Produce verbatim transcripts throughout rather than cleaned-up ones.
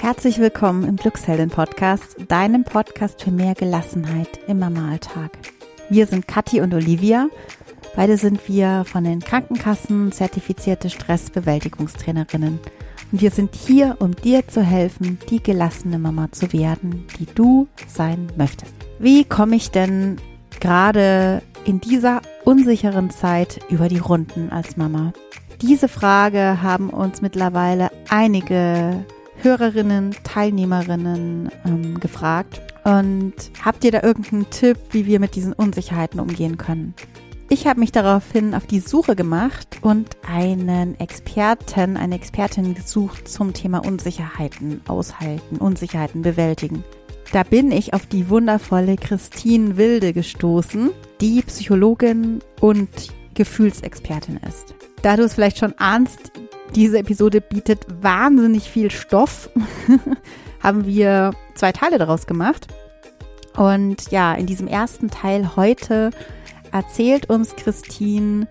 Herzlich willkommen im Glücksheldin-Podcast, deinem Podcast für mehr Gelassenheit im Mama-Alltag. Wir sind Kathi und Olivia. Beide sind wir von den Krankenkassen zertifizierte Stressbewältigungstrainerinnen. Und wir sind hier, um dir zu helfen, die gelassene Mama zu werden, die du sein möchtest. Wie komme ich denn gerade in dieser unsicheren Zeit über die Runden als Mama? Diese Frage haben uns mittlerweile einige Hörerinnen, Teilnehmerinnen ähm, gefragt. Und habt ihr da irgendeinen Tipp, wie wir mit diesen Unsicherheiten umgehen können? Ich habe mich daraufhin auf die Suche gemacht und einen Experten, eine Expertin gesucht zum Thema Unsicherheiten aushalten, Unsicherheiten bewältigen. Da bin ich auf die wundervolle Christine Wilde gestoßen, die Psychologin und Gefühlsexpertin ist. Da du es vielleicht schon ahnst, diese Episode bietet wahnsinnig viel Stoff, haben wir zwei Teile daraus gemacht. Und ja, in diesem ersten Teil heute erzählt uns Christine,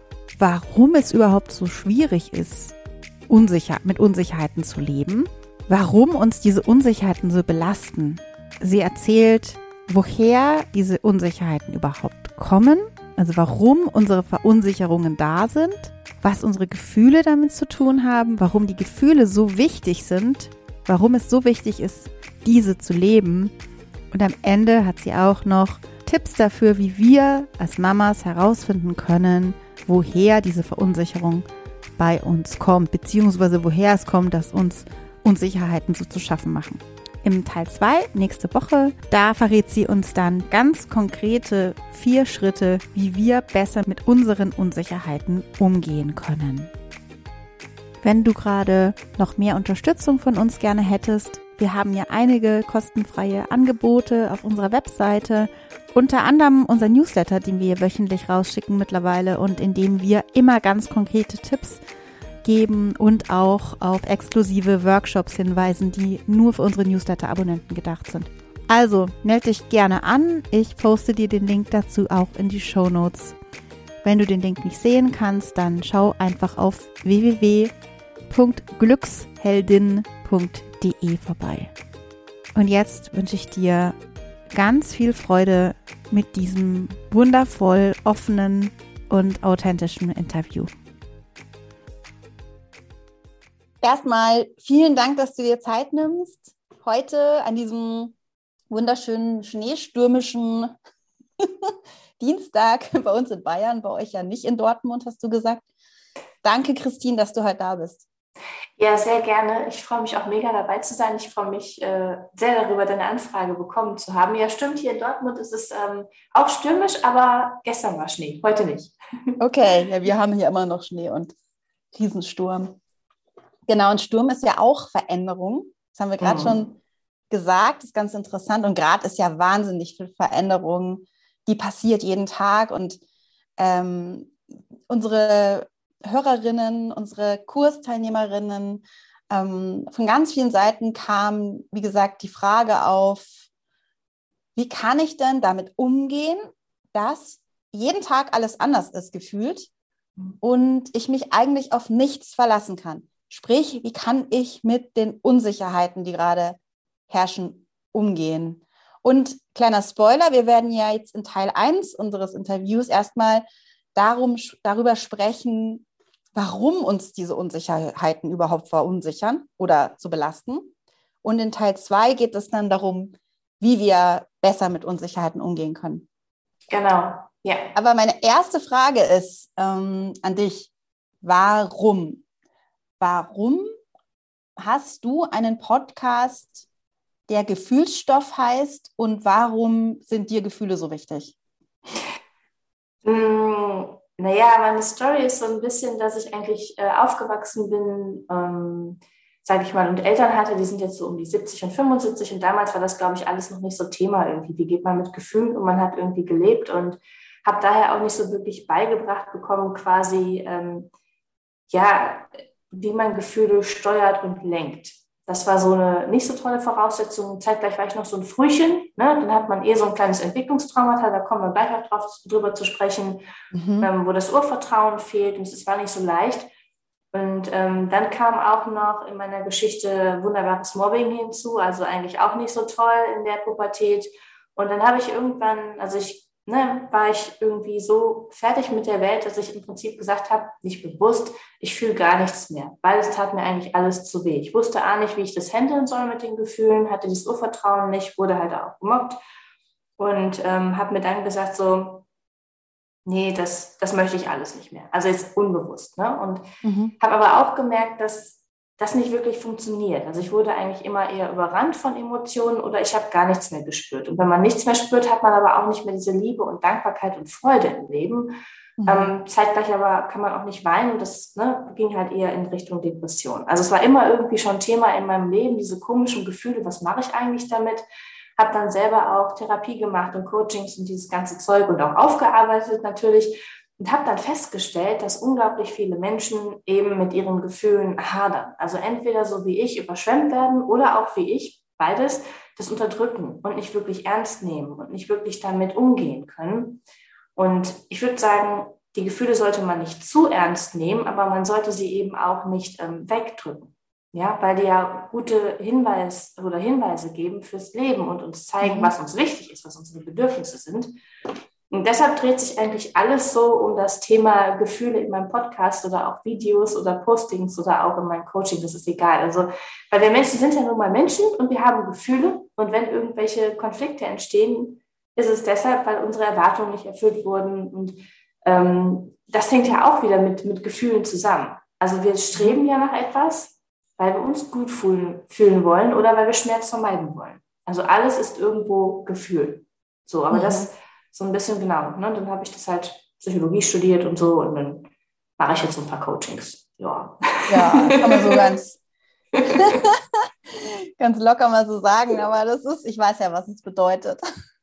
warum es überhaupt so schwierig ist, unsicher, mit Unsicherheiten zu leben, warum uns diese Unsicherheiten so belasten. Sie erzählt, woher diese Unsicherheiten überhaupt kommen, also warum unsere Verunsicherungen da sind, was unsere Gefühle damit zu tun haben, warum die Gefühle so wichtig sind, warum es so wichtig ist, diese zu leben. Und am Ende hat sie auch noch Tipps dafür, wie wir als Mamas herausfinden können, woher diese Verunsicherung bei uns kommt, beziehungsweise woher es kommt, dass uns Unsicherheiten so zu schaffen machen. Im Teil zwei, nächste Woche, da verrät sie uns dann ganz konkrete vier Schritte, wie wir besser mit unseren Unsicherheiten umgehen können. Wenn du gerade noch mehr Unterstützung von uns gerne hättest, wir haben ja einige kostenfreie Angebote auf unserer Webseite, unter anderem unser Newsletter, den wir wöchentlich rausschicken mittlerweile und in dem wir immer ganz konkrete Tipps geben und auch auf exklusive Workshops hinweisen, die nur für unsere Newsletter-Abonnenten gedacht sind. Also, melde dich gerne an. Ich poste dir den Link dazu auch in die Shownotes. Wenn du den Link nicht sehen kannst, dann schau einfach auf w w w punkt glücksheldin punkt de vorbei. Und jetzt wünsche ich dir ganz viel Freude mit diesem wundervoll offenen und authentischen Interview. Erstmal vielen Dank, dass du dir Zeit nimmst, heute an diesem wunderschönen schneestürmischen Dienstag bei uns in Bayern, bei euch ja nicht in Dortmund, hast du gesagt. Danke, Christine, dass du heute da bist. Ja, sehr gerne. Ich freue mich auch mega dabei zu sein. Ich freue mich äh, sehr darüber, deine Anfrage bekommen zu haben. Ja, stimmt, hier in Dortmund ist es ähm, auch stürmisch, aber gestern war Schnee, heute nicht. Okay, ja, wir haben hier immer noch Schnee und Riesensturm. Genau, und Sturm ist ja auch Veränderung. Das haben wir gerade mhm. schon gesagt, das ist ganz interessant. Und gerade ist ja wahnsinnig viel Veränderung, die passiert jeden Tag. Und ähm, unsere Hörerinnen, unsere Kursteilnehmerinnen, ähm, von ganz vielen Seiten kam, wie gesagt, die Frage auf, wie kann ich denn damit umgehen, dass jeden Tag alles anders ist gefühlt und ich mich eigentlich auf nichts verlassen kann. Sprich, wie kann ich mit den Unsicherheiten, die gerade herrschen, umgehen? Und kleiner Spoiler, wir werden ja jetzt in Teil eins unseres Interviews erstmal darum, darüber sprechen, warum uns diese Unsicherheiten überhaupt verunsichern oder zu belasten. Und in Teil zwei geht es dann darum, wie wir besser mit Unsicherheiten umgehen können. Genau, ja. Aber meine erste Frage ist ähm, an dich, warum? Warum hast du einen Podcast, der Gefühlsstoff heißt und warum sind dir Gefühle so wichtig? Mm, naja, meine Story ist so ein bisschen, dass ich eigentlich äh, aufgewachsen bin, ähm, sage ich mal, und Eltern hatte, die sind jetzt so um die siebzig und fünfundsiebzig und damals war das, glaube ich, alles noch nicht so Thema irgendwie. Wie geht man mit Gefühlen und man hat irgendwie gelebt und habe daher auch nicht so wirklich beigebracht bekommen, quasi, ähm, ja, wie man Gefühle steuert und lenkt. Das war so eine nicht so tolle Voraussetzung. Zeitgleich war ich noch so ein Frühchen. Ne? Dann hat man eh so ein kleines Entwicklungstraumata, da kommen wir gleich noch drauf, drüber zu sprechen, mhm. ähm, wo das Urvertrauen fehlt und es war nicht so leicht. Und ähm, dann kam auch noch in meiner Geschichte wunderbares Mobbing hinzu, also eigentlich auch nicht so toll in der Pubertät. Und dann habe ich irgendwann, also ich, ne, war ich irgendwie so fertig mit der Welt, dass ich im Prinzip gesagt habe, nicht bewusst, ich fühle gar nichts mehr, weil es tat mir eigentlich alles zu weh. Ich wusste auch nicht, wie ich das handeln soll mit den Gefühlen, hatte dieses Urvertrauen nicht, wurde halt auch gemobbt und ähm, habe mir dann gesagt so, nee, das, das möchte ich alles nicht mehr. Also jetzt unbewusst. Ne? Und mhm. habe aber auch gemerkt, dass das nicht wirklich funktioniert. Also ich wurde eigentlich immer eher überrannt von Emotionen oder ich habe gar nichts mehr gespürt. Und wenn man nichts mehr spürt, hat man aber auch nicht mehr diese Liebe und Dankbarkeit und Freude im Leben. Mhm. Ähm, zeitgleich aber kann man auch nicht weinen. Das ne, ging halt eher in Richtung Depression. Also es war immer irgendwie schon Thema in meinem Leben, diese komischen Gefühle, was mache ich eigentlich damit? Habe dann selber auch Therapie gemacht und Coachings und dieses ganze Zeug und auch aufgearbeitet natürlich und habe dann festgestellt, dass unglaublich viele Menschen eben mit ihren Gefühlen hadern. Also entweder so wie ich überschwemmt werden oder auch wie ich, beides, das unterdrücken und nicht wirklich ernst nehmen und nicht wirklich damit umgehen können. Und ich würde sagen, die Gefühle sollte man nicht zu ernst nehmen, aber man sollte sie eben auch nicht ähm, wegdrücken. Ja, weil die ja gute Hinweis oder Hinweise geben fürs Leben und uns zeigen, mhm. was uns wichtig ist, was unsere Bedürfnisse sind. Und deshalb dreht sich eigentlich alles so um das Thema Gefühle in meinem Podcast oder auch Videos oder Postings oder auch in meinem Coaching, das ist egal. Also, weil wir Menschen sind ja nun mal Menschen und wir haben Gefühle und wenn irgendwelche Konflikte entstehen, ist es deshalb, weil unsere Erwartungen nicht erfüllt wurden und ähm, das hängt ja auch wieder mit, mit Gefühlen zusammen. Also wir streben ja nach etwas, weil wir uns gut fühlen, fühlen wollen oder weil wir Schmerz vermeiden wollen. Also alles ist irgendwo Gefühl. So, aber mhm. das so ein bisschen genau. Ne? Dann habe ich das halt Psychologie studiert und so und dann mache ich jetzt ein paar Coachings. Ja, ja kann man so ganz, ganz locker mal so sagen, aber das ist, ich weiß ja, was es bedeutet.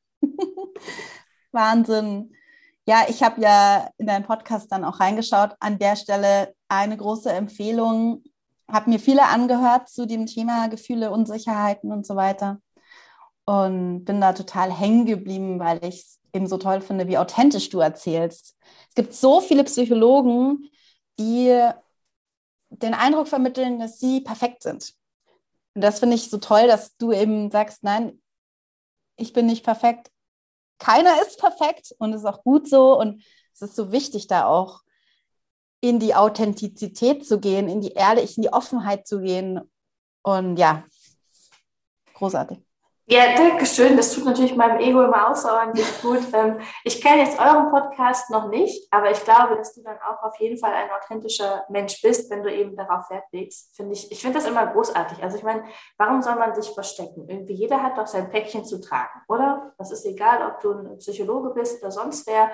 Wahnsinn. Ja, ich habe ja in deinen Podcast dann auch reingeschaut. An der Stelle eine große Empfehlung. Habe mir viele angehört zu dem Thema Gefühle, Unsicherheiten und so weiter und bin da total hängen geblieben, weil ich es eben so toll finde, wie authentisch du erzählst. Es gibt so viele Psychologen, die den Eindruck vermitteln, dass sie perfekt sind. Und das finde ich so toll, dass du eben sagst, nein, ich bin nicht perfekt. Keiner ist perfekt und es ist auch gut so und es ist so wichtig, da auch in die Authentizität zu gehen, in die Ehrlich, in die Offenheit zu gehen. Und ja, großartig. Ja, danke schön. Das tut natürlich meinem Ego immer außerordentlich gut. Ich kenne jetzt euren Podcast noch nicht, aber ich glaube, dass du dann auch auf jeden Fall ein authentischer Mensch bist, wenn du eben darauf Wert legst. Finde ich, ich finde das immer großartig. Also ich meine, warum soll man sich verstecken? Irgendwie jeder hat doch sein Päckchen zu tragen, oder? Das ist egal, ob du ein Psychologe bist oder sonst wer.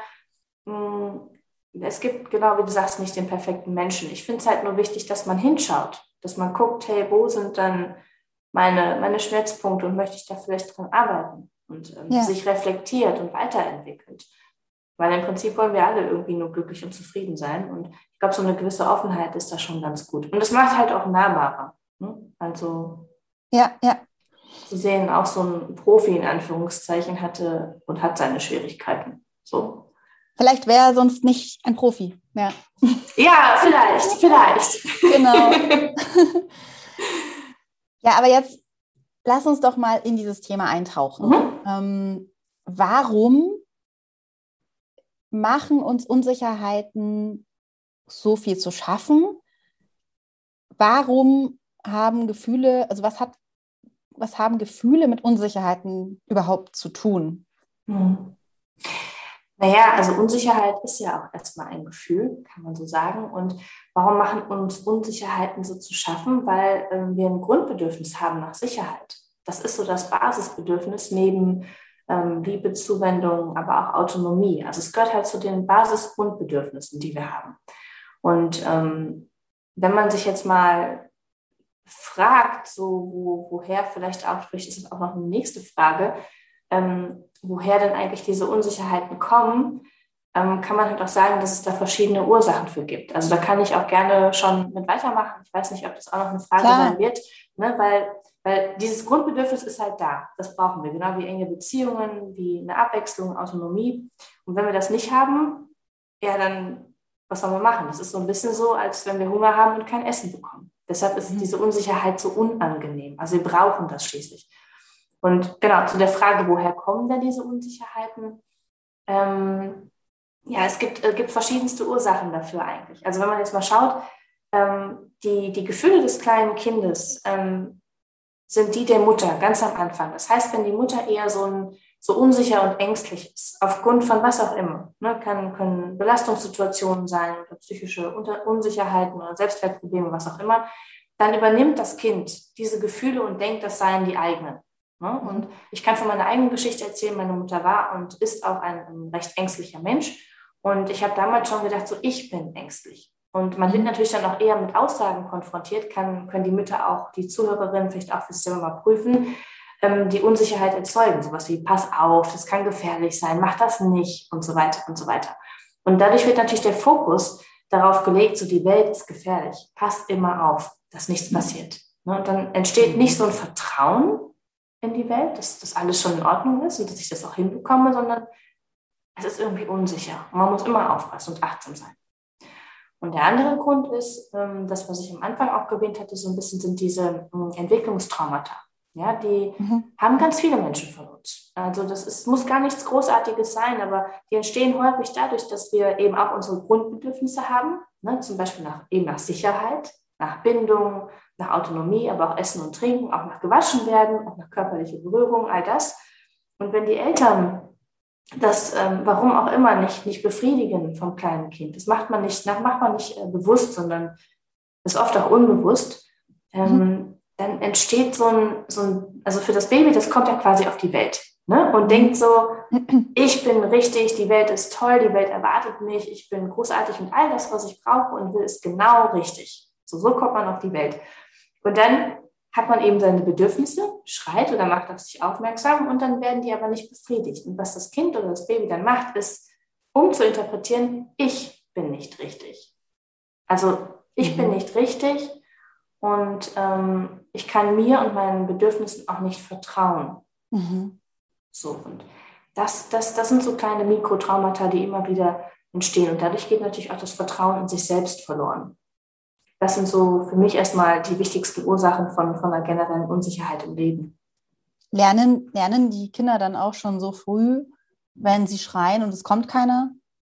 Es gibt, genau wie du sagst, nicht den perfekten Menschen. Ich finde es halt nur wichtig, dass man hinschaut, dass man guckt, hey, wo sind dann meine, meine Schmerzpunkte und möchte ich da vielleicht dran arbeiten und ähm, ja. sich reflektiert und weiterentwickelt. Weil im Prinzip wollen wir alle irgendwie nur glücklich und zufrieden sein und ich glaube, so eine gewisse Offenheit ist da schon ganz gut. Und das macht halt auch nahbarer. Ne? Also ja, ja. zu sehen, auch so ein Profi in Anführungszeichen hatte und hat seine Schwierigkeiten. So. Vielleicht wäre er sonst nicht ein Profi. Ja, ja vielleicht, vielleicht. Genau. Ja, aber jetzt lass uns doch mal in dieses Thema eintauchen. Mhm. Ähm, warum machen uns Unsicherheiten so viel zu schaffen? Warum haben Gefühle, also was hat, was haben Gefühle mit Unsicherheiten überhaupt zu tun? Mhm. Naja, also Unsicherheit ist ja auch erstmal ein Gefühl, kann man so sagen. Und warum machen uns Unsicherheiten so zu schaffen? Weil ähm, wir ein Grundbedürfnis haben nach Sicherheit. Das ist so das Basisbedürfnis neben ähm, Liebe, Zuwendung, aber auch Autonomie. Also es gehört halt zu den Basisgrundbedürfnissen, die wir haben. Und ähm, wenn man sich jetzt mal fragt, so wo, woher vielleicht auch, vielleicht ist es auch noch eine nächste Frage, ähm, woher denn eigentlich diese Unsicherheiten kommen, ähm, kann man halt auch sagen, dass es da verschiedene Ursachen für gibt. Also da kann ich auch gerne schon mit weitermachen. Ich weiß nicht, ob das auch noch eine Frage Klar. sein wird, ne? weil, weil dieses Grundbedürfnis ist halt da. Das brauchen wir, genau wie enge Beziehungen, wie eine Abwechslung, Autonomie. Und wenn wir das nicht haben, ja, dann was soll man machen? Das ist so ein bisschen so, als wenn wir Hunger haben und kein Essen bekommen. Deshalb ist diese Unsicherheit so unangenehm. Also wir brauchen das schließlich. Und genau, zu der Frage, woher kommen denn diese Unsicherheiten? Ähm, ja, es gibt, äh, gibt verschiedenste Ursachen dafür eigentlich. Also wenn man jetzt mal schaut, ähm, die, die Gefühle des kleinen Kindes ähm, sind die der Mutter ganz am Anfang. Das heißt, wenn die Mutter eher so, ein, so unsicher und ängstlich ist, aufgrund von was auch immer, ne, kann, können Belastungssituationen sein oder psychische Unter- Unsicherheiten oder Selbstwertprobleme, was auch immer, dann übernimmt das Kind diese Gefühle und denkt, das seien die eigenen. Ne? Mhm. Und ich kann von meiner eigenen Geschichte erzählen, meine Mutter war und ist auch ein, ein recht ängstlicher Mensch. Und ich habe damals schon gedacht, so ich bin ängstlich. Und man wird natürlich dann auch eher mit Aussagen konfrontiert, kann, können die Mütter auch, die Zuhörerinnen vielleicht auch für sich selber mal prüfen, ähm, die Unsicherheit erzeugen. Sowas wie, pass auf, das kann gefährlich sein, mach das nicht und so weiter und so weiter. Und dadurch wird natürlich der Fokus darauf gelegt, so die Welt ist gefährlich, passt immer auf, dass nichts passiert. Ne? Und dann entsteht nicht so ein Vertrauen in die Welt, dass das alles schon in Ordnung ist und dass ich das auch hinbekomme, sondern es ist irgendwie unsicher. Und man muss immer aufpassen und achtsam sein. Und der andere Grund ist, das, was ich am Anfang auch erwähnt hatte, so ein bisschen sind diese Entwicklungstraumata. Ja, die mhm. haben ganz viele Menschen von uns. Also das ist, muss gar nichts Großartiges sein, aber die entstehen häufig dadurch, dass wir eben auch unsere Grundbedürfnisse haben, ne? Zum Beispiel nach, eben nach Sicherheit, nach Bindung, nach Autonomie, aber auch Essen und Trinken, auch nach gewaschen werden, auch nach körperlicher Berührung, all das. Und wenn die Eltern das, ähm, warum auch immer, nicht, nicht befriedigen vom kleinen Kind. Das macht man nicht, macht man nicht äh, bewusst, sondern ist oft auch unbewusst. Ähm, mhm. Dann entsteht so ein, so ein, also für das Baby, das kommt ja quasi auf die Welt, ne? Und mhm. denkt so, ich bin richtig, die Welt ist toll, die Welt erwartet mich, ich bin großartig und all das, was ich brauche und will, ist genau richtig. So, so kommt man auf die Welt. Und dann hat man eben seine Bedürfnisse, schreit oder macht auf sich aufmerksam und dann werden die aber nicht befriedigt. Und was das Kind oder das Baby dann macht, ist, um zu interpretieren, ich bin nicht richtig. Also ich mhm. bin nicht richtig und ähm, ich kann mir und meinen Bedürfnissen auch nicht vertrauen. Mhm. So, und das, das, das sind so kleine Mikrotraumata, die immer wieder entstehen. Und dadurch geht natürlich auch das Vertrauen in sich selbst verloren. Das sind so für mich erstmal die wichtigsten Ursachen von, von einer generellen Unsicherheit im Leben. Lernen, lernen die Kinder dann auch schon so früh, wenn sie schreien und es kommt keiner?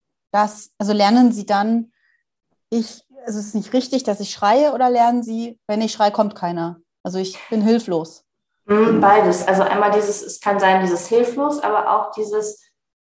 Das, also lernen sie dann, ich, also es ist nicht richtig, dass ich schreie, oder lernen sie, wenn ich schreie, kommt keiner? Also ich bin hilflos. Beides. Also einmal dieses, es kann sein, dieses hilflos, aber auch dieses,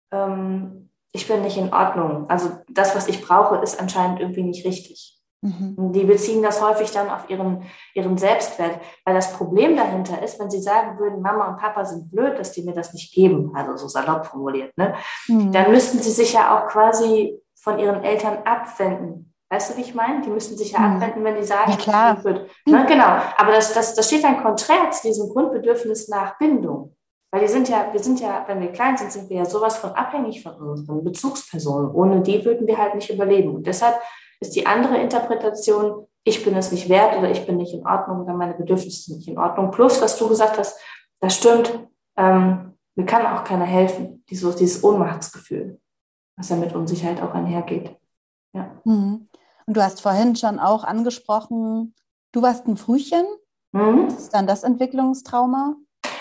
ähm, ich bin nicht in Ordnung. Also das, was ich brauche, ist anscheinend irgendwie nicht richtig. Mhm. Die beziehen das häufig dann auf ihren, ihren Selbstwert, weil das Problem dahinter ist, wenn sie sagen würden, Mama und Papa sind blöd, dass die mir das nicht geben, also so salopp formuliert, ne? Mhm. Dann müssten sie sich ja auch quasi von ihren Eltern abwenden. Weißt du, wie ich meine? Die müssten sich ja mhm. abwenden, wenn die sagen, ja, klar. Das blöd. Ne? Genau, aber das, das, das steht dann konträr zu diesem Grundbedürfnis nach Bindung. Weil die sind ja, wir sind ja, wenn wir klein sind, sind wir ja sowas von abhängig von unseren Bezugspersonen. Ohne die würden wir halt nicht überleben. Und deshalb ist die andere Interpretation, ich bin es nicht wert oder ich bin nicht in Ordnung oder meine Bedürfnisse sind nicht in Ordnung. Plus, was du gesagt hast, das stimmt, ähm, mir kann auch keiner helfen. Dieses, dieses Ohnmachtsgefühl, was ja mit Unsicherheit auch einhergeht. Ja. Mhm. Und du hast vorhin schon auch angesprochen, du warst ein Frühchen. Mhm. Was ist dann das Entwicklungstrauma?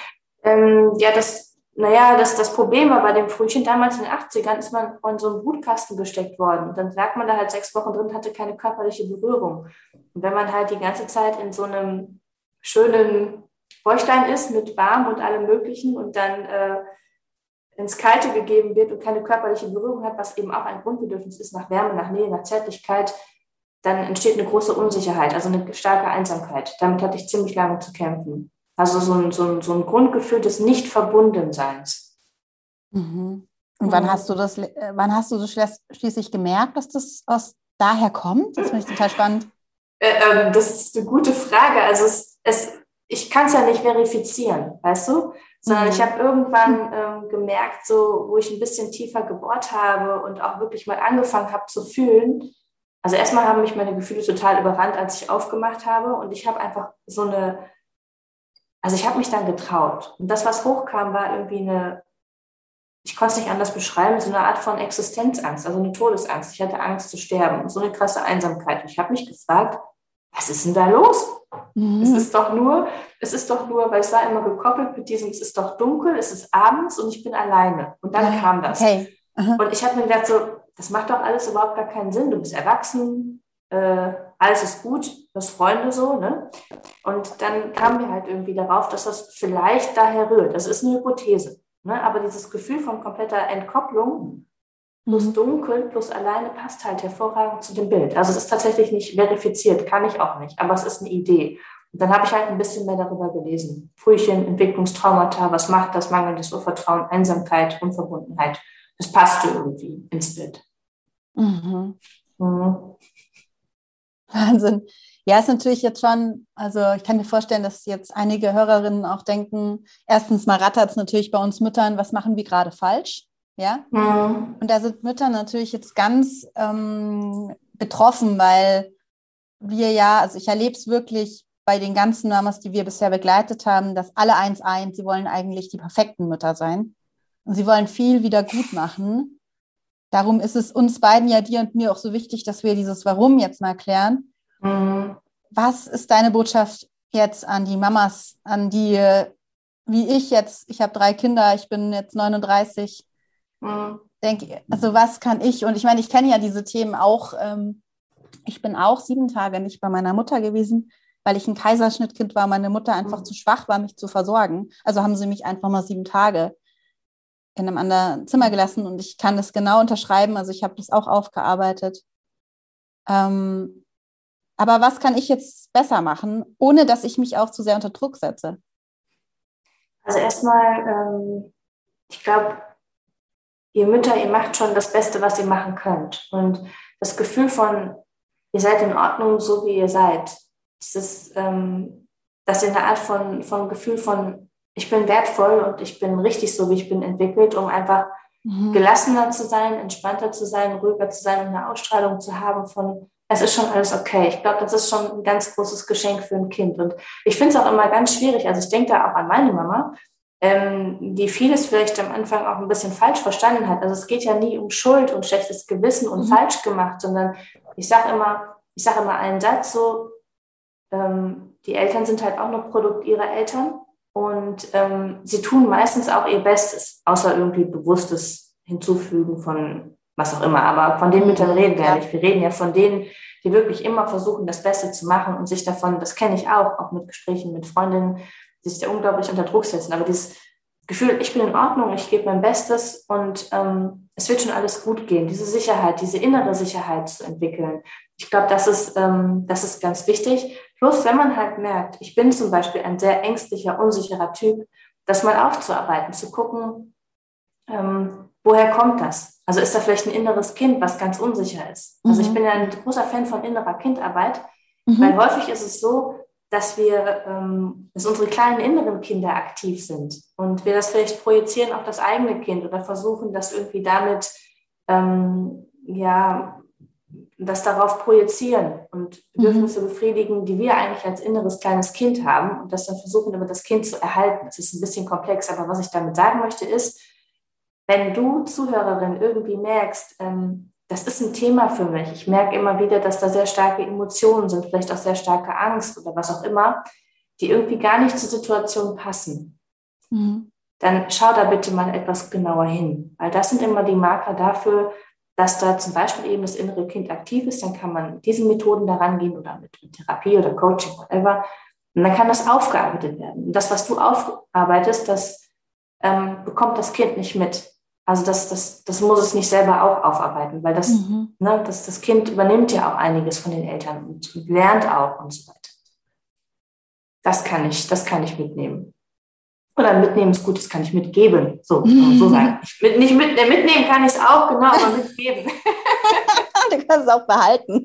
Ähm, ja, das Naja, das, das Problem war bei dem Frühchen damals in den achtzigern, ist man in so einen Brutkasten gesteckt worden. Und dann lag man da halt sechs Wochen drin, hatte keine körperliche Berührung. Und wenn man halt die ganze Zeit in so einem schönen Bäuchlein ist mit warm und allem Möglichen und dann äh, ins Kalte gegeben wird und keine körperliche Berührung hat, was eben auch ein Grundbedürfnis ist nach Wärme, nach Nähe, nach Zärtlichkeit, dann entsteht eine große Unsicherheit, also eine starke Einsamkeit. Damit hatte ich ziemlich lange zu kämpfen. Also so ein, so ein, so ein Grundgefühl des Nicht-Verbundenseins. Mhm. Und wann hast du das, wann hast du das schließlich gemerkt, dass das aus daher kommt? Das finde ich total spannend. Äh, ähm, das ist eine gute Frage. Also es, es, ich kann es ja nicht verifizieren, weißt du? Sondern mhm. ich habe irgendwann ähm, gemerkt, so, wo ich ein bisschen tiefer gebohrt habe und auch wirklich mal angefangen habe zu fühlen. Also erstmal haben mich meine Gefühle total überrannt, als ich aufgemacht habe. Und ich habe einfach so eine Also ich habe mich dann getraut. Und das, was hochkam, war irgendwie eine, ich konnte es nicht anders beschreiben, so eine Art von Existenzangst, also eine Todesangst. Ich hatte Angst zu sterben, so eine krasse Einsamkeit. Und ich habe mich gefragt, was ist denn da los? Mhm. Es ist doch nur, es ist doch nur, weil es war immer gekoppelt mit diesem, es ist doch dunkel, es ist abends und ich bin alleine. Und dann ja, kam das. Okay. Und ich habe mir gedacht, so, das macht doch alles überhaupt gar keinen Sinn. Du bist erwachsen, äh, alles ist gut, du hast Freunde so, ne? Und dann kamen wir halt irgendwie darauf, dass das vielleicht daher rührt. Das ist eine Hypothese. Ne? Aber dieses Gefühl von kompletter Entkopplung plus mhm. dunkel plus alleine passt halt hervorragend zu dem Bild. Also es ist tatsächlich nicht verifiziert, kann ich auch nicht, aber es ist eine Idee. Und dann habe ich halt ein bisschen mehr darüber gelesen. Frühchen, Entwicklungstraumata, was macht das, mangelndes Urvertrauen, Einsamkeit, Unverbundenheit. Das passte irgendwie ins Bild. Mhm. Mhm. Wahnsinn. Ja, ist natürlich jetzt schon, also ich kann mir vorstellen, dass jetzt einige Hörerinnen auch denken, erstens mal rattert es natürlich bei uns Müttern, was machen wir gerade falsch? Ja. Mhm. Und da sind Mütter natürlich jetzt ganz ähm, betroffen, weil wir ja, also ich erlebe es wirklich bei den ganzen Mamas, die wir bisher begleitet haben, dass alle eins eins, sie wollen eigentlich die perfekten Mütter sein. Und sie wollen viel wieder gut machen. Darum ist es uns beiden, ja dir und mir, auch so wichtig, dass wir dieses Warum jetzt mal klären. Mhm. Was ist deine Botschaft jetzt an die Mamas, an die, wie ich jetzt, ich habe drei Kinder, ich bin jetzt neununddreißig, mhm. denke, also was kann ich, und ich meine, ich kenne ja diese Themen auch, ähm, ich bin auch sieben Tage nicht bei meiner Mutter gewesen, weil ich ein Kaiserschnittkind war, meine Mutter einfach mhm. zu schwach war, mich zu versorgen. Also haben sie mich einfach mal sieben Tage in einem anderen Zimmer gelassen und ich kann das genau unterschreiben, also ich habe das auch aufgearbeitet. Ähm, aber was kann ich jetzt besser machen, ohne dass ich mich auch zu sehr unter Druck setze? Also erstmal, ähm, ich glaube, ihr Mütter, ihr macht schon das Beste, was ihr machen könnt. Und das Gefühl von, ihr seid in Ordnung, so wie ihr seid, das ist, ähm, dass ihr eine Art von, von Gefühl von, ich bin wertvoll und ich bin richtig so, wie ich bin, entwickelt, um einfach mhm. gelassener zu sein, entspannter zu sein, ruhiger zu sein und eine Ausstrahlung zu haben von, es ist schon alles okay. Ich glaube, das ist schon ein ganz großes Geschenk für ein Kind. Und ich finde es auch immer ganz schwierig, also ich denke da auch an meine Mama, ähm, die vieles vielleicht am Anfang auch ein bisschen falsch verstanden hat. Also es geht ja nie um Schuld und schlechtes Gewissen und mhm. falsch gemacht, sondern ich sage immer, ich sage immer einen Satz so, ähm, die Eltern sind halt auch noch Produkt ihrer Eltern und ähm, sie tun meistens auch ihr Bestes, außer irgendwie bewusstes Hinzufügen von was auch immer. Aber von den Müttern reden wir ja nicht. Wir reden ja von denen, die wirklich immer versuchen, das Beste zu machen und sich davon, das kenne ich auch, auch mit Gesprächen mit Freundinnen, die sich da unglaublich unter Druck setzen. Aber dieses Gefühl, ich bin in Ordnung, ich gebe mein Bestes und ähm, es wird schon alles gut gehen. Diese Sicherheit, diese innere Sicherheit zu entwickeln. Ich glaube, das ist, ähm, das ist ganz wichtig. Plus, wenn man halt merkt, ich bin zum Beispiel ein sehr ängstlicher, unsicherer Typ, das mal aufzuarbeiten, zu gucken, ähm, woher kommt das? Also ist da vielleicht ein inneres Kind, was ganz unsicher ist? Also ich bin ja ein großer Fan von innerer Kindarbeit, mhm. weil häufig ist es so, dass wir, ähm, dass unsere kleinen inneren Kinder aktiv sind und wir das vielleicht projizieren auf das eigene Kind oder versuchen, das irgendwie damit, ähm, ja, das darauf projizieren und Bedürfnisse mhm. befriedigen, die wir eigentlich als inneres kleines Kind haben und das dann versuchen, über das Kind zu erhalten. Das ist ein bisschen komplex, aber was ich damit sagen möchte ist, wenn du, Zuhörerin, irgendwie merkst, ähm, das ist ein Thema für mich, ich merke immer wieder, dass da sehr starke Emotionen sind, vielleicht auch sehr starke Angst oder was auch immer, die irgendwie gar nicht zur Situation passen, mhm. dann schau da bitte mal etwas genauer hin, weil das sind immer die Marker dafür, dass da zum Beispiel eben das innere Kind aktiv ist, dann kann man mit diesen Methoden daran gehen oder mit, mit Therapie oder Coaching, whatever, und dann kann das aufgearbeitet werden. Und das, was du aufarbeitest, das ähm, bekommt das Kind nicht mit. Also das, das, das muss es nicht selber auch aufarbeiten, weil das, mhm. ne, das, das Kind übernimmt ja auch einiges von den Eltern und, und lernt auch und so weiter. Das kann ich, das kann ich mitnehmen. Oder mitnehmen ist gut, das kann ich mitgeben. So, so sagen. Mit, nicht mit, mitnehmen kann ich es auch, genau, aber mitgeben. Du kannst es auch behalten.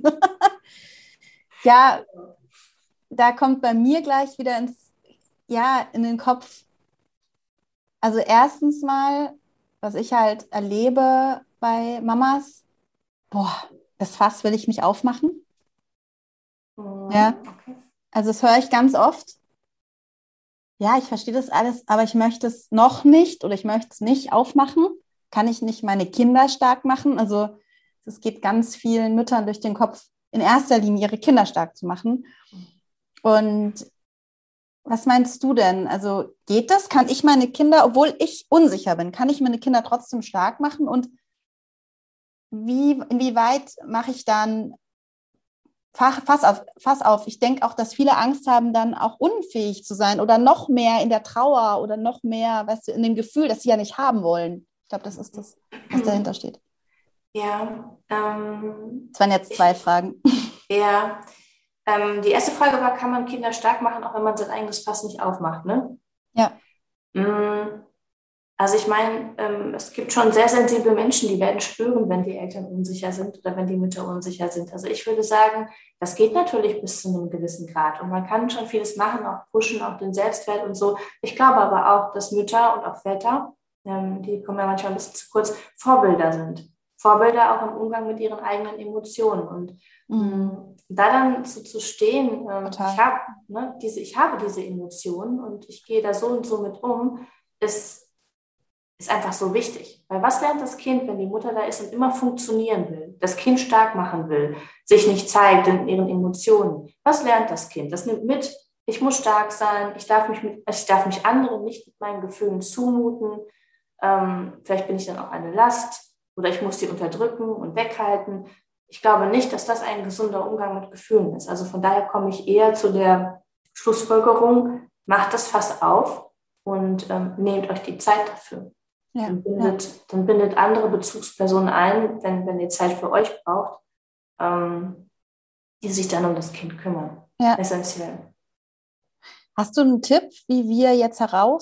Ja, da kommt bei mir gleich wieder ins, ja, in den Kopf. Also erstens mal, was ich halt erlebe bei Mamas, boah, das Fass will ich nicht aufmachen. Mhm. Ja, okay. Also das höre ich ganz oft. Ja, ich verstehe das alles, aber ich möchte es noch nicht oder ich möchte es nicht aufmachen. kann ich nicht meine Kinder stark machen? Also es geht ganz vielen Müttern durch den Kopf, in erster Linie ihre Kinder stark zu machen. Und was meinst du denn? Also geht das? Kann ich meine Kinder, obwohl ich unsicher bin, kann ich meine Kinder trotzdem stark machen? Und wie, inwieweit mache ich dann, fass auf, fass auf, ich denke auch, dass viele Angst haben, dann auch unfähig zu sein oder noch mehr in der Trauer oder noch mehr, weißt du, in dem Gefühl, dass sie ja nicht haben wollen. Ich glaube, das ist das, was dahinter steht. Ja. Ähm, das waren jetzt zwei ich, Fragen. Ja. Ähm, die erste Frage war, kann man Kinder stark machen, auch wenn man sein eigenes Fass nicht aufmacht, ne? Ja. Also ich meine, ähm, es gibt schon sehr sensible Menschen, die werden spüren, wenn die Eltern unsicher sind oder wenn die Mütter unsicher sind. Also ich würde sagen, das geht natürlich bis zu einem gewissen Grad und man kann schon vieles machen, auch pushen, auch den Selbstwert und so. Ich glaube aber auch, dass Mütter und auch Väter, ähm, die kommen ja manchmal ein bisschen zu kurz, Vorbilder sind. Vorbilder auch im Umgang mit ihren eigenen Emotionen. Und mhm. da dann so zu stehen, ähm, ich, hab, ne, diese, ich habe diese Emotionen und ich gehe da so und so mit um, ist, ist einfach so wichtig. Weil was lernt das Kind, wenn die Mutter da ist und immer funktionieren will, das Kind stark machen will, sich nicht zeigt in ihren Emotionen? Was lernt das Kind? Das nimmt mit, ich muss stark sein, ich darf mich, mit, ich darf mich anderen nicht mit meinen Gefühlen zumuten, ähm, vielleicht bin ich dann auch eine Last, oder ich muss die unterdrücken und weghalten. Ich glaube nicht, dass das ein gesunder Umgang mit Gefühlen ist. Also von daher komme ich eher zu der Schlussfolgerung, macht das Fass auf und ähm, nehmt euch die Zeit dafür. Ja, dann, bindet, ja. dann bindet andere Bezugspersonen ein, wenn, wenn ihr Zeit für euch braucht, ähm, die sich dann um das Kind kümmern. Ja. Essentiell. Hast du einen Tipp, wie wir jetzt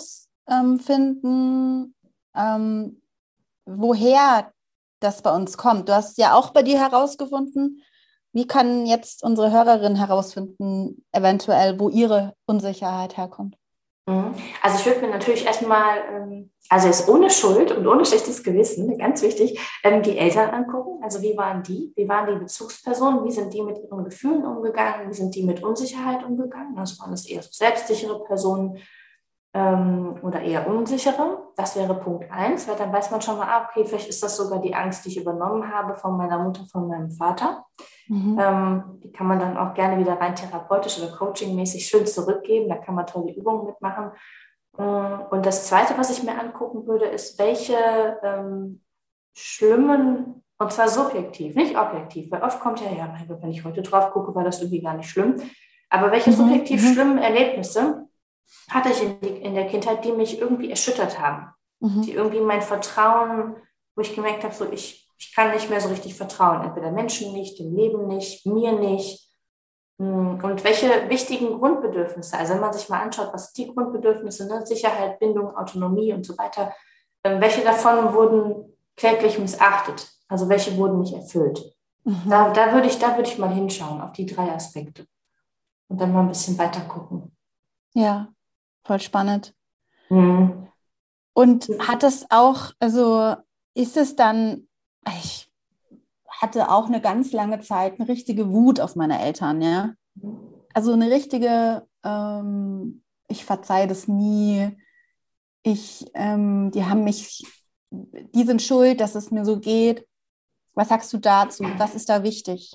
herausfinden, ähm, woher das bei uns kommt? Du hast es ja auch bei dir herausgefunden. Wie kann jetzt unsere Hörerin herausfinden, eventuell, wo ihre Unsicherheit herkommt? Also ich würde mir natürlich erstmal, also jetzt ohne Schuld und ohne schlechtes Gewissen, ganz wichtig, die Eltern angucken. Also wie waren die? Wie waren die Bezugspersonen? Wie sind die mit ihren Gefühlen umgegangen? Wie sind die mit Unsicherheit umgegangen? Also waren es eher so selbstsichere Personen ähm, oder eher unsichere? Das wäre Punkt eins, weil dann weiß man schon mal, ah, okay, vielleicht ist das sogar die Angst, die ich übernommen habe von meiner Mutter, von meinem Vater. Mhm. Ähm, die kann man dann auch gerne wieder rein therapeutisch oder coachingmäßig schön zurückgeben. Da kann man tolle Übungen mitmachen. Und das Zweite, was ich mir angucken würde, ist, welche ähm, schlimmen, und zwar subjektiv, nicht objektiv, weil oft kommt ja, ja, mein Gott, wenn ich heute drauf gucke, war das irgendwie gar nicht schlimm. Aber welche mhm. subjektiv mhm. schlimmen Erlebnisse hatte ich in, die, in der Kindheit, die mich irgendwie erschüttert haben? Mhm. Die irgendwie mein Vertrauen, wo ich gemerkt habe, so ich Ich kann nicht mehr so richtig vertrauen, entweder Menschen nicht, dem Leben nicht, mir nicht. Und welche wichtigen Grundbedürfnisse, also wenn man sich mal anschaut, was die Grundbedürfnisse, ne, Sicherheit, Bindung, Autonomie und so weiter, welche davon wurden kläglich missachtet, also welche wurden nicht erfüllt. Mhm. Da, da, würde ich, da würde ich mal hinschauen, auf die drei Aspekte und dann mal ein bisschen weiter gucken. Ja, voll spannend. Mhm. Und hat es auch, also ist es dann, ich hatte auch eine ganz lange Zeit eine richtige Wut auf meine Eltern, ja. Also eine richtige, ähm, ich verzeihe das nie, ich, ähm, die haben mich, die sind schuld, dass es mir so geht. Was sagst du dazu? Was ist da wichtig?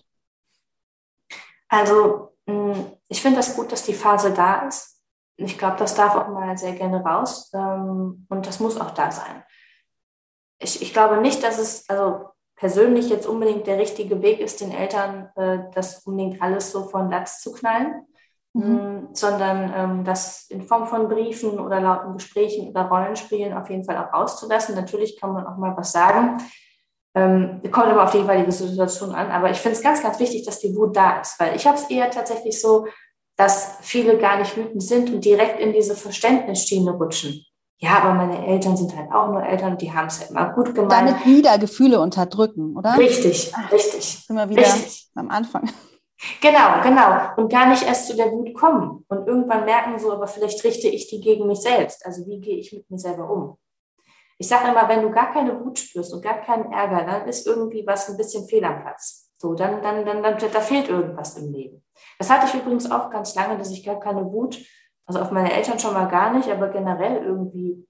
Also ich finde das gut, dass die Phase da ist. Ich glaube, das darf auch mal sehr gerne raus und das muss auch da sein. Ich, ich glaube nicht, dass es, also persönlich jetzt unbedingt der richtige Weg ist, den Eltern äh, das unbedingt alles so von Latz zu knallen, mhm. mh, sondern ähm, das in Form von Briefen oder lauten Gesprächen oder Rollenspielen auf jeden Fall auch rauszulassen. Natürlich kann man auch mal was sagen. Ähm, kommt aber auf die jeweilige Situation an. Aber ich finde es ganz, ganz wichtig, dass die Wut da ist, weil ich habe es eher tatsächlich so, dass viele gar nicht wütend sind und direkt in diese Verständnisschiene rutschen. Ja, aber meine Eltern sind halt auch nur Eltern, die haben es halt immer gut gemeint. Damit wieder Gefühle unterdrücken, oder? Richtig, richtig. Sind wir wieder richtig. Am Anfang. Genau, genau. Und gar nicht erst zu der Wut kommen. Und irgendwann merken so, aber vielleicht richte ich die gegen mich selbst. Also wie gehe ich mit mir selber um? Ich sage immer, wenn du gar keine Wut spürst und gar keinen Ärger, dann ist irgendwie was ein bisschen fehl am Platz. So, dann, dann, dann, dann, da fehlt irgendwas im Leben. Das hatte ich übrigens auch ganz lange, dass ich gar keine Wut, also auf meine Eltern schon mal gar nicht, aber generell irgendwie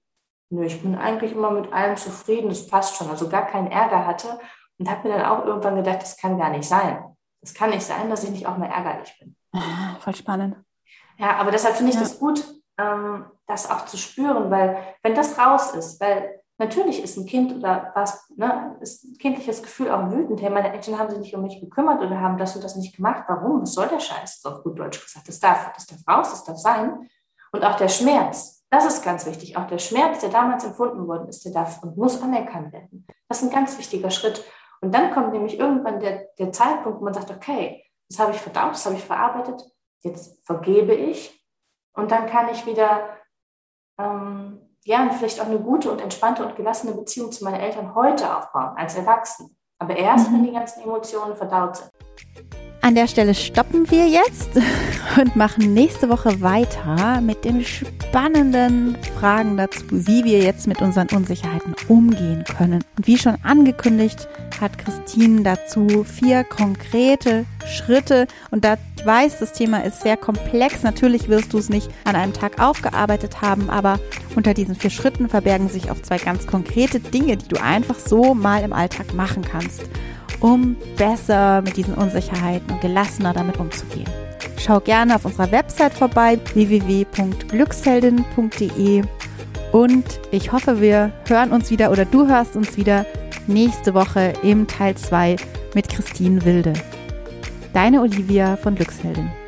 nö, ich bin eigentlich immer mit allem zufrieden, das passt schon, also gar keinen Ärger hatte und habe mir dann auch irgendwann gedacht, das kann gar nicht sein. Das kann nicht sein, dass ich nicht auch mal ärgerlich bin. Ah, voll spannend. Ja, aber deshalb finde ich Ja. das gut, ähm, das auch zu spüren, weil wenn das raus ist, weil natürlich ist ein Kind oder was, ne, ist ein kindliches Gefühl auch wütend. Hey, meine Eltern haben sich nicht um mich gekümmert oder haben das und das nicht gemacht. Warum? Was soll der Scheiß? So auf gut Deutsch gesagt. Das darf, das darf raus, das darf sein. Und auch der Schmerz, das ist ganz wichtig. Auch der Schmerz, der damals empfunden worden ist, der darf und muss anerkannt werden. Das ist ein ganz wichtiger Schritt. Und dann kommt nämlich irgendwann der, der Zeitpunkt, wo man sagt, okay, das habe ich verdaut, das habe ich verarbeitet, jetzt vergebe ich und dann kann ich wieder ähm, ja, und vielleicht auch eine gute und entspannte und gelassene Beziehung zu meinen Eltern heute aufbauen, als Erwachsene. Aber erst, mhm. wenn die ganzen Emotionen verdaut sind. An der Stelle stoppen wir jetzt und machen nächste Woche weiter mit den spannenden Fragen dazu, wie wir jetzt mit unseren Unsicherheiten umgehen können. Und wie schon angekündigt, hat Christine dazu vier konkrete Schritte. Und da ich weiß, das Thema ist sehr komplex. Natürlich wirst du es nicht an einem Tag aufgearbeitet haben, aber unter diesen vier Schritten verbergen sich auch zwei ganz konkrete Dinge, die du einfach so mal im Alltag machen kannst, um besser mit diesen Unsicherheiten und gelassener damit umzugehen. Schau gerne auf unserer Website vorbei, w w w punkt glücksheldin punkt d e, und ich hoffe, wir hören uns wieder oder du hörst uns wieder nächste Woche im Teil zwei mit Christine Wilde. Deine Olivia von Glücksheldin.